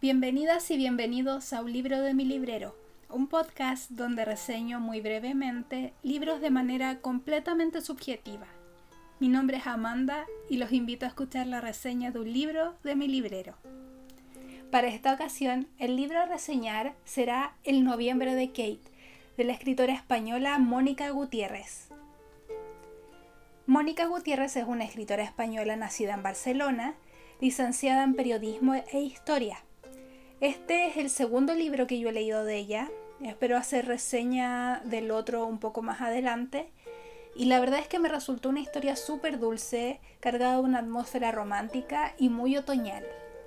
Bienvenidas y bienvenidos a Un libro de mi librero, un podcast donde reseño muy brevemente libros de manera completamente subjetiva. Mi nombre es Amanda y los invito a escuchar la reseña de un libro de mi librero. Para esta ocasión, el libro a reseñar será El noviembre de Kate, de la escritora española Mónica Gutiérrez. Mónica Gutiérrez es una escritora española nacida en Barcelona, licenciada en periodismo e historia. Este es el segundo libro que yo he leído de ella. Espero hacer reseña del otro un poco más adelante. Y la verdad es que me resultó una historia súper dulce, cargada de una atmósfera romántica y muy otoñal.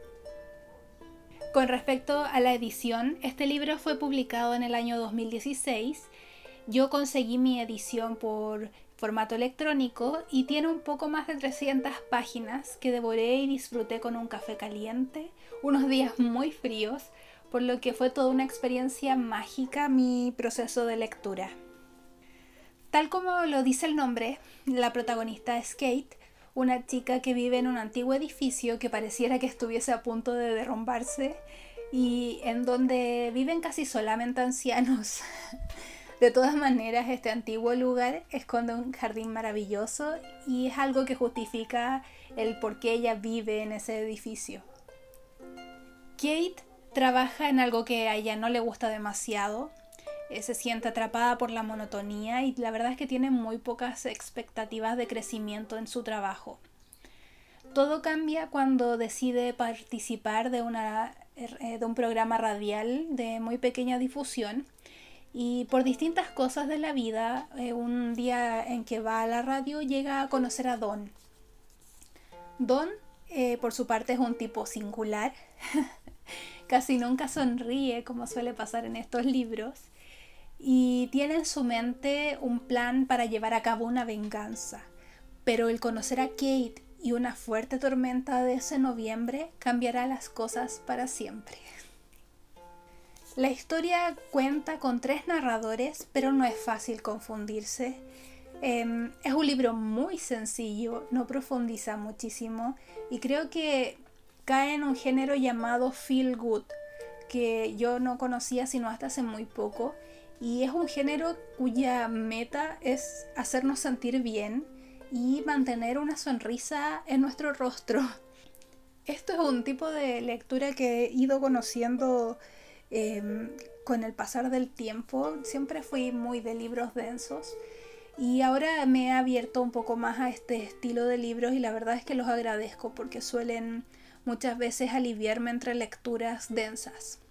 Con respecto a la edición, este libro fue publicado en el año 2016. Yo conseguí mi edición por formato electrónico y tiene un poco más de 300 páginas que devoré y disfruté con un café caliente, unos días muy fríos, por lo que fue toda una experiencia mágica mi proceso de lectura. Tal como lo dice el nombre, la protagonista es Kate, una chica que vive en un antiguo edificio que pareciera que estuviese a punto de derrumbarse y en donde viven casi solamente ancianos. De todas maneras, este antiguo lugar esconde un jardín maravilloso y es algo que justifica el por qué ella vive en ese edificio. Kate trabaja en algo que a ella no le gusta demasiado, se siente atrapada por la monotonía y la verdad es que tiene muy pocas expectativas de crecimiento en su trabajo. Todo cambia cuando decide participar de un programa radial de muy pequeña difusión. Y por distintas cosas de la vida, un día en que va a la radio llega a conocer a Don. Don, por su parte, es un tipo singular. Casi nunca sonríe, como suele pasar en estos libros. Y tiene en su mente un plan para llevar a cabo una venganza. Pero el conocer a Kate y una fuerte tormenta de ese noviembre cambiará las cosas para siempre. La historia cuenta con 3 narradores, pero no es fácil confundirse. Es un libro muy sencillo, no profundiza muchísimo y creo que cae en un género llamado feel good, que yo no conocía sino hasta hace muy poco, y es un género cuya meta es hacernos sentir bien y mantener una sonrisa en nuestro rostro. Esto es un tipo de lectura que he ido conociendo con el pasar del tiempo. Siempre fui muy de libros densos y ahora me he abierto un poco más a este estilo de libros y la verdad es que los agradezco porque suelen muchas veces aliviarme entre lecturas densas.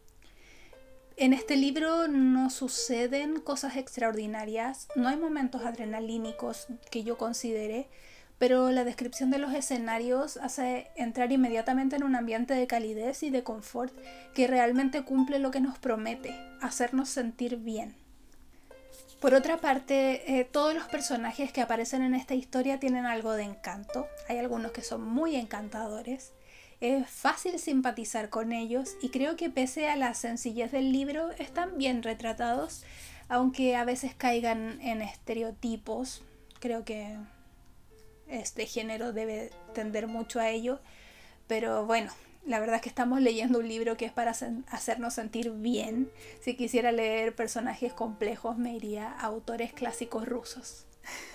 En este libro no suceden cosas extraordinarias, no hay momentos adrenalínicos que yo considere, pero la descripción de los escenarios hace entrar inmediatamente en un ambiente de calidez y de confort que realmente cumple lo que nos promete, hacernos sentir bien. Por otra parte, todos los personajes que aparecen en esta historia tienen algo de encanto. Hay algunos que son muy encantadores. Es fácil simpatizar con ellos y creo que pese a la sencillez del libro están bien retratados, aunque a veces caigan en estereotipos. Creo que este género debe tender mucho a ello, pero bueno, la verdad es que estamos leyendo un libro que es para hacernos sentir bien. Si quisiera leer personajes complejos me iría a autores clásicos rusos.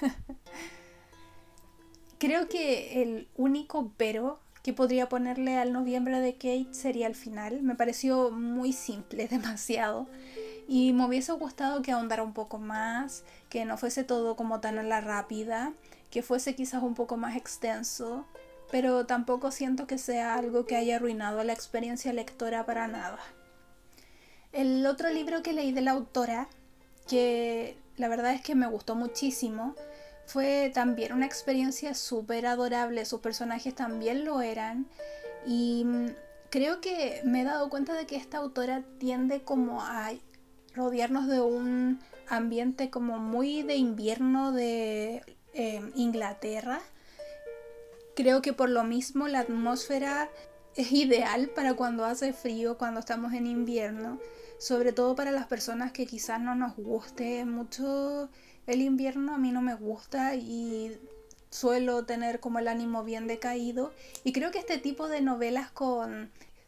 Creo que el único pero que podría ponerle al noviembre de Kate sería el final. Me pareció muy simple, demasiado. Y me hubiese gustado que ahondara un poco más, que no fuese todo como tan a la rápida, que fuese quizás un poco más extenso, pero tampoco siento que sea algo que haya arruinado la experiencia lectora para nada. El otro libro que leí de la autora, que la verdad es que me gustó muchísimo, fue también una experiencia súper adorable, sus personajes también lo eran, y creo que me he dado cuenta de que esta autora tiende como a rodearnos de un ambiente como muy de invierno de Inglaterra. Creo que por lo mismo la atmósfera es ideal para cuando hace frío, cuando estamos en invierno, sobre todo para las personas que quizás no nos guste mucho el invierno. A mí no me gusta y suelo tener como el ánimo bien decaído y creo que este tipo de novelas con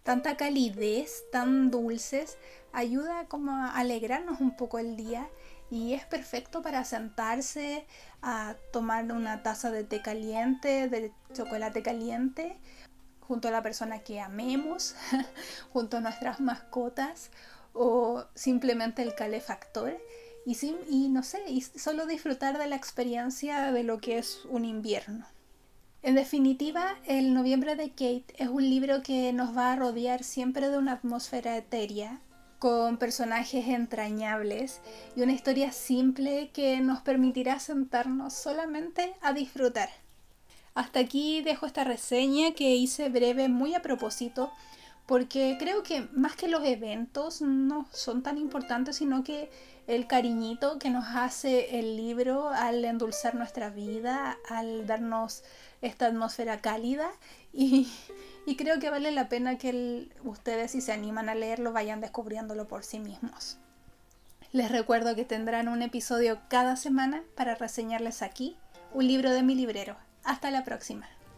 tanta calidez, tan dulces, ayuda como a alegrarnos un poco el día y es perfecto para sentarse a tomar una taza de té caliente, de chocolate caliente, junto a la persona que amemos, junto a nuestras mascotas o simplemente el calefactor y no sé, y solo disfrutar de la experiencia de lo que es un invierno. En definitiva, El noviembre de Kate es un libro que nos va a rodear siempre de una atmósfera etérea, con personajes entrañables y una historia simple que nos permitirá sentarnos solamente a disfrutar. Hasta aquí dejo esta reseña que hice breve muy a propósito, porque creo que más que los eventos no son tan importantes, sino que el cariñito que nos hace el libro al endulzar nuestra vida, al darnos esta atmósfera cálida y creo que vale la pena que ustedes, si se animan a leerlo, vayan descubriéndolo por sí mismos. Les recuerdo que tendrán un episodio cada semana para reseñarles aquí un libro de mi librero. Hasta la próxima.